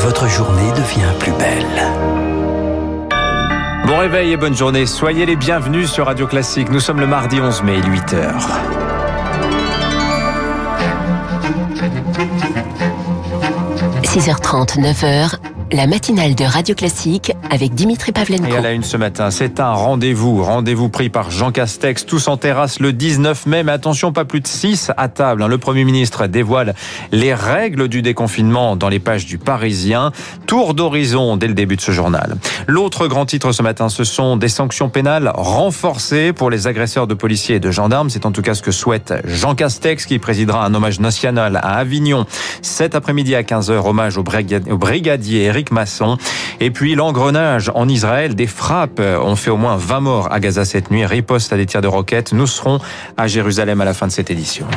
votre journée devient plus belle. Bon réveil et bonne journée. Soyez les bienvenus sur Radio Classique. Nous sommes le mardi 11 mai, 8h. – 6h30, 9h, la matinale de Radio Classique avec Dimitri Pavlenko. Et à la une ce matin, c'est un rendez-vous pris par Jean Castex, tous en terrasse le 19 mai, mais attention, pas plus de 6 à table. Le Premier ministre dévoile les règles du déconfinement dans les pages du Parisien. Tour d'horizon dès le début de ce journal. L'autre grand titre ce matin, ce sont des sanctions pénales renforcées pour les agresseurs de policiers et de gendarmes. C'est en tout cas ce que souhaite Jean Castex, qui présidera un hommage national à Avignon cet après-midi à 15h, hommage au brigadier Éric Masson. Et puis l'engrenage en Israël, des frappes ont fait au moins 20 morts à Gaza cette nuit, riposte à des tirs de roquettes. Nous serons à Jérusalem à la fin de cette édition.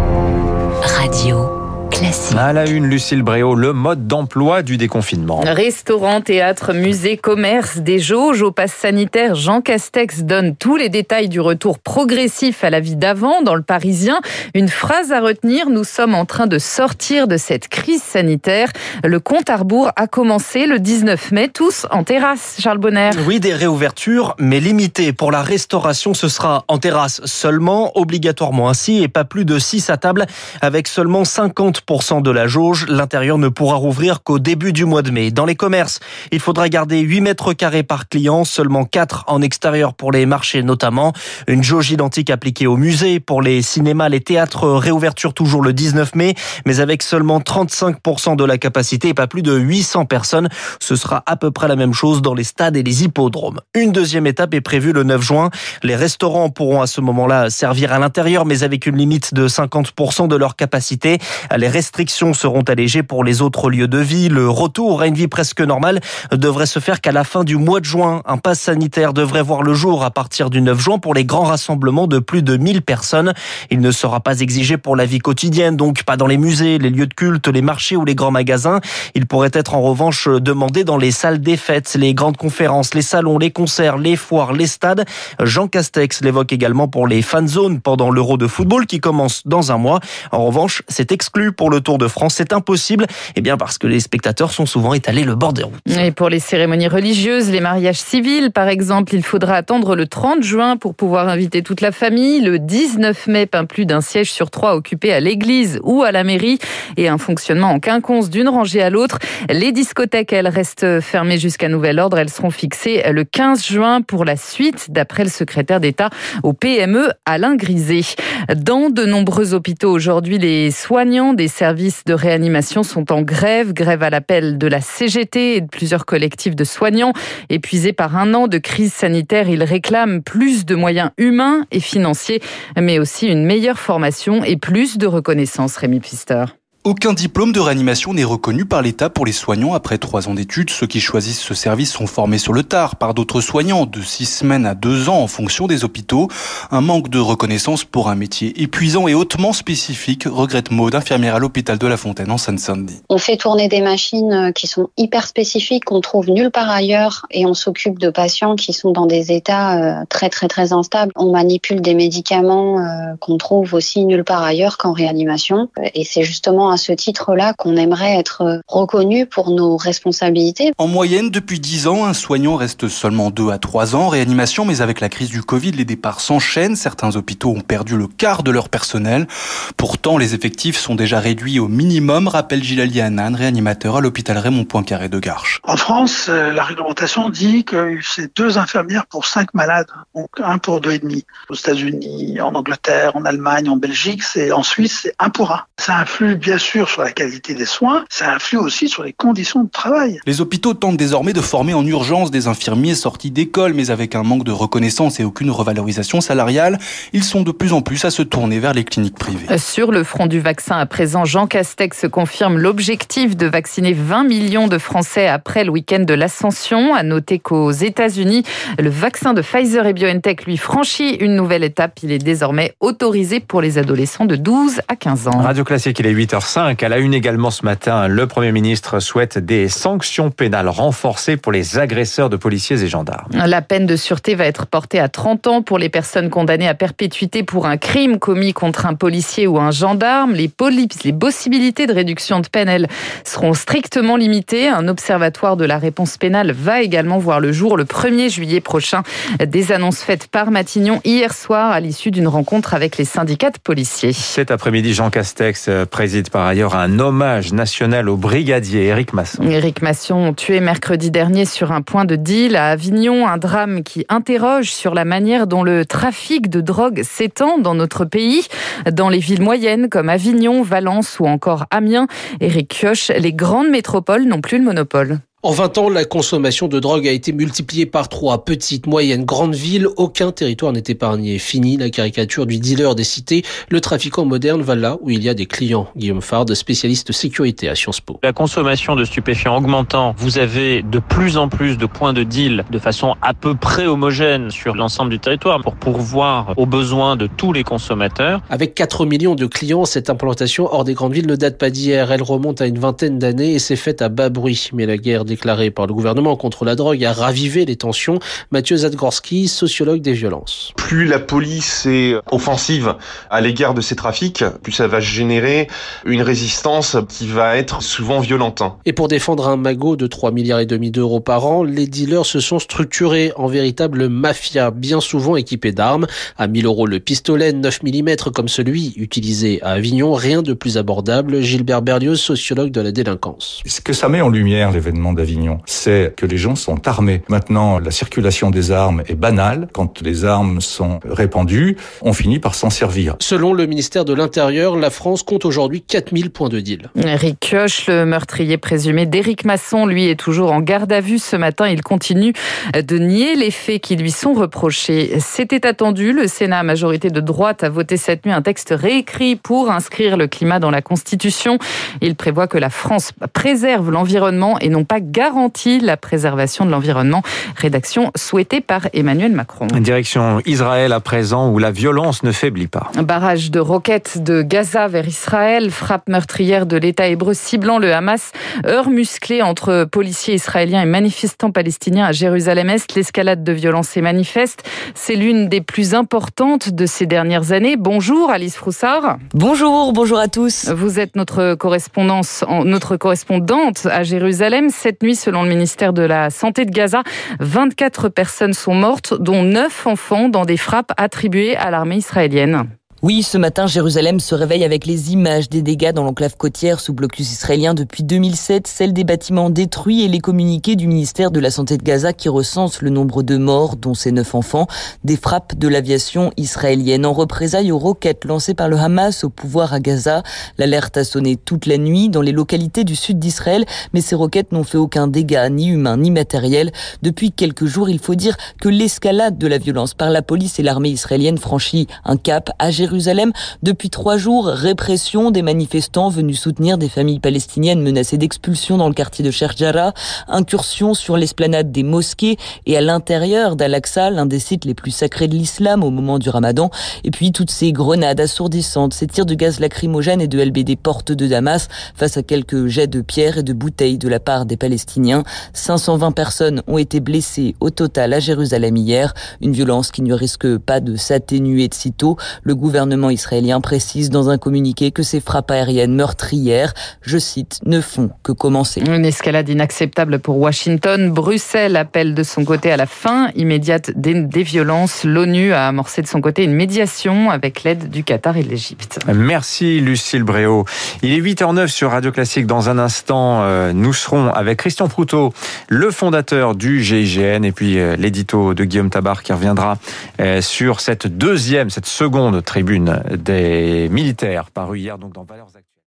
Radio Classique. À la une, Lucille Bréau, le mode d'emploi du déconfinement. Restaurants, théâtres, musées, commerces, des jauges au pass sanitaire. Jean Castex donne tous les détails du retour progressif à la vie d'avant dans le Parisien. Une phrase à retenir, nous sommes en train de sortir de cette crise sanitaire. Le compte à rebours a commencé le 19 mai, tous en terrasse. Charles Bonner. Oui, des réouvertures, mais limitées. Pour la restauration, ce sera en terrasse seulement, obligatoirement ainsi, et pas plus de 6 à table, avec seulement 50% de la jauge. L'intérieur ne pourra rouvrir qu'au début du mois de mai. Dans les commerces, il faudra garder 8 mètres carrés par client, seulement 4 en extérieur pour les marchés notamment. Une jauge identique appliquée aux musées. Pour les cinémas, les théâtres, réouverture toujours le 19 mai, mais avec seulement 35% de la capacité et pas plus de 800 personnes. Ce sera à peu près la même chose dans les stades et les hippodromes. Une deuxième étape est prévue le 9 juin. Les restaurants pourront à ce moment-là servir à l'intérieur, mais avec une limite de 50% de leur capacité. Les restrictions seront allégées pour les autres lieux de vie. Le retour à une vie presque normale devrait se faire qu'à la fin du mois de juin. Un pass sanitaire devrait voir le jour à partir du 9 juin pour les grands rassemblements de plus de 1000 personnes. Il ne sera pas exigé pour la vie quotidienne, donc pas dans les musées, les lieux de culte, les marchés ou les grands magasins. Il pourrait être en revanche demandé dans les salles des fêtes, les grandes conférences, les salons, les concerts, les foires, les stades. Jean Castex l'évoque également pour les fan zones pendant l'Euro de football qui commence dans un mois. En revanche, c'est exclu pour le Tour de France. C'est impossible, parce que les spectateurs sont souvent étalés le bord des routes. Et pour les cérémonies religieuses, les mariages civils, par exemple, il faudra attendre le 30 juin pour pouvoir inviter toute la famille. Le 19 mai, pas plus d'un siège sur 3 occupé à l'église ou à la mairie et un fonctionnement en quinconce d'une rangée à l'autre. Les discothèques, elles, restent fermées jusqu'à nouvel ordre. Elles seront fixées le 15 juin pour la suite, d'après le secrétaire d'État au PME, Alain Griset. Dans de nombreux hôpitaux aujourd'hui, les soignants des services de réanimation sont en grève à l'appel de la CGT et de plusieurs collectifs de soignants. Épuisés par un an de crise sanitaire, ils réclament plus de moyens humains et financiers, mais aussi une meilleure formation et plus de reconnaissance. Rémi Pfister. Aucun diplôme de réanimation n'est reconnu par l'État pour les soignants après 3 ans d'études. Ceux qui choisissent ce service sont formés sur le tard par d'autres soignants de 6 semaines à 2 ans en fonction des hôpitaux. Un manque de reconnaissance pour un métier épuisant et hautement spécifique, regrette Maud, infirmière à l'hôpital de La Fontaine en Seine-Saint-Denis. On fait tourner des machines qui sont hyper spécifiques, qu'on trouve nulle part ailleurs, et on s'occupe de patients qui sont dans des états très très très instables. On manipule des médicaments qu'on trouve aussi nulle part ailleurs qu'en réanimation, et c'est justement à ce titre-là qu'on aimerait être reconnu pour nos responsabilités. En moyenne, depuis 10 ans, un soignant reste seulement 2 à 3 ans en réanimation, mais avec la crise du Covid, les départs s'enchaînent. Certains hôpitaux ont perdu le quart de leur personnel. Pourtant, les effectifs sont déjà réduits au minimum, rappelle Gilali Hanan, réanimateur à l'hôpital Raymond Poincaré de Garches. En France, la réglementation dit que c'est 2 infirmières pour 5 malades, donc 1 pour 2,5. Aux États-Unis, en Angleterre, en Allemagne, en Belgique, en Suisse, c'est 1 pour 1. Ça influe bien sûr sur la qualité des soins, ça influe aussi sur les conditions de travail. Les hôpitaux tentent désormais de former en urgence des infirmiers sortis d'école, mais avec un manque de reconnaissance et aucune revalorisation salariale, ils sont de plus en plus à se tourner vers les cliniques privées. Sur le front du vaccin, à présent, Jean Castex confirme l'objectif de vacciner 20 millions de Français après le week-end de l'Ascension. À noter qu'aux États-Unis, le vaccin de Pfizer et BioNTech, lui, franchit une nouvelle étape. Il est désormais autorisé pour les adolescents de 12 à 15 ans. Radio Classique, il est 8h05. 5 à la une également ce matin. Le Premier ministre souhaite des sanctions pénales renforcées pour les agresseurs de policiers et gendarmes. La peine de sûreté va être portée à 30 ans pour les personnes condamnées à perpétuité pour un crime commis contre un policier ou un gendarme. Les possibilités de réduction de peine, elles, seront strictement limitées. Un observatoire de la réponse pénale va également voir le jour le 1er juillet prochain. Des annonces faites par Matignon hier soir à l'issue d'une rencontre avec les syndicats de policiers. Cet après-midi, Jean Castex préside par ailleurs un hommage national au brigadier Éric Masson. Éric Masson, tué mercredi dernier sur un point de deal à Avignon, un drame qui interroge sur la manière dont le trafic de drogue s'étend dans notre pays. Dans les villes moyennes comme Avignon, Valence ou encore Amiens, Éric Kioch, les grandes métropoles n'ont plus le monopole. En 20 ans, la consommation de drogue a été multipliée par 3. Petites, moyennes, grandes villes, aucun territoire n'est épargné. Fini la caricature du dealer des cités. Le trafiquant moderne va là où il y a des clients. Guillaume Fard, spécialiste sécurité à Sciences Po. La consommation de stupéfiants augmentant, vous avez de plus en plus de points de deal de façon à peu près homogène sur l'ensemble du territoire pour pourvoir aux besoins de tous les consommateurs. Avec 4 millions de clients, cette implantation hors des grandes villes ne date pas d'hier. Elle remonte à une vingtaine d'années et s'est faite à bas bruit. Mais la guerre déclarée par le gouvernement contre la drogue a ravivé les tensions. Mathieu Zadgorski, sociologue des violences. Plus la police est offensive à l'égard de ces trafics, plus ça va générer une résistance qui va être souvent violente. Et pour défendre un magot de 3,5 milliards d'euros par an, les dealers se sont structurés en véritable mafia, bien souvent équipés d'armes. À 1 000 € le pistolet 9 mm comme celui utilisé à Avignon, rien de plus abordable. Gilbert Berlioz, sociologue de la délinquance. Ce que ça met en lumière, l'événement d'Avignon, c'est que les gens sont armés. Maintenant, la circulation des armes est banale. Quand les armes sont répandues, on finit par s'en servir. Selon le ministère de l'Intérieur, la France compte aujourd'hui 4000 points de deal. Éric Kioch, le meurtrier présumé d'Éric Masson, lui est toujours en garde à vue ce matin. Il continue de nier les faits qui lui sont reprochés. C'était attendu. Le Sénat, à majorité de droite, a voté cette nuit un texte réécrit pour inscrire le climat dans la Constitution. Il prévoit que la France préserve l'environnement et non pas garantit la préservation de l'environnement. Rédaction souhaitée par Emmanuel Macron. Direction Israël à présent, où la violence ne faiblit pas. Un barrage de roquettes de Gaza vers Israël, frappe meurtrière de l'État hébreu ciblant le Hamas, heurts musclés entre policiers israéliens et manifestants palestiniens à Jérusalem-Est. L'escalade de violence est manifeste. C'est l'une des plus importantes de ces dernières années. Bonjour Alice Froussard. Bonjour à tous. Vous êtes notre correspondante à Jérusalem. Cette nuit, selon le ministère de la Santé de Gaza, 24 personnes sont mortes, dont 9 enfants dans des frappes attribuées à l'armée israélienne. Oui, ce matin, Jérusalem se réveille avec les images des dégâts dans l'enclave côtière sous blocus israélien depuis 2007, celles des bâtiments détruits et les communiqués du ministère de la Santé de Gaza qui recense le nombre de morts, dont ces 9 enfants, des frappes de l'aviation israélienne. En représailles aux roquettes lancées par le Hamas au pouvoir à Gaza, l'alerte a sonné toute la nuit dans les localités du sud d'Israël, mais ces roquettes n'ont fait aucun dégât, ni humain, ni matériel. Depuis quelques jours, il faut dire que l'escalade de la violence par la police et l'armée israélienne franchit un cap à Jérusalem. Depuis 3 jours, répression des manifestants venus soutenir des familles palestiniennes menacées d'expulsion dans le quartier de Sheikh Jarrah, incursion sur l'esplanade des mosquées et à l'intérieur d'Al-Aqsa, l'un des sites les plus sacrés de l'islam au moment du Ramadan. Et puis toutes ces grenades assourdissantes, ces tirs de gaz lacrymogène et de LBD porte de Damas face à quelques jets de pierres et de bouteilles de la part des Palestiniens. 520 personnes ont été blessées au total à Jérusalem hier. Une violence qui ne risque pas de s'atténuer de sitôt. Le gouvernement israélien précise dans un communiqué que ces frappes aériennes meurtrières, je cite, ne font que commencer. Une escalade inacceptable pour Washington. Bruxelles appelle de son côté à la fin immédiate des violences. L'ONU a amorcé de son côté une médiation avec l'aide du Qatar et de l'Égypte. Merci Lucille Bréau. Il est 8h09 sur Radio Classique. Dans un instant, nous serons avec Christian Proutot, le fondateur du GIGN, et puis l'édito de Guillaume Tabar qui reviendra sur cette seconde tribune des militaires parue hier donc dans Valeurs Actuelles.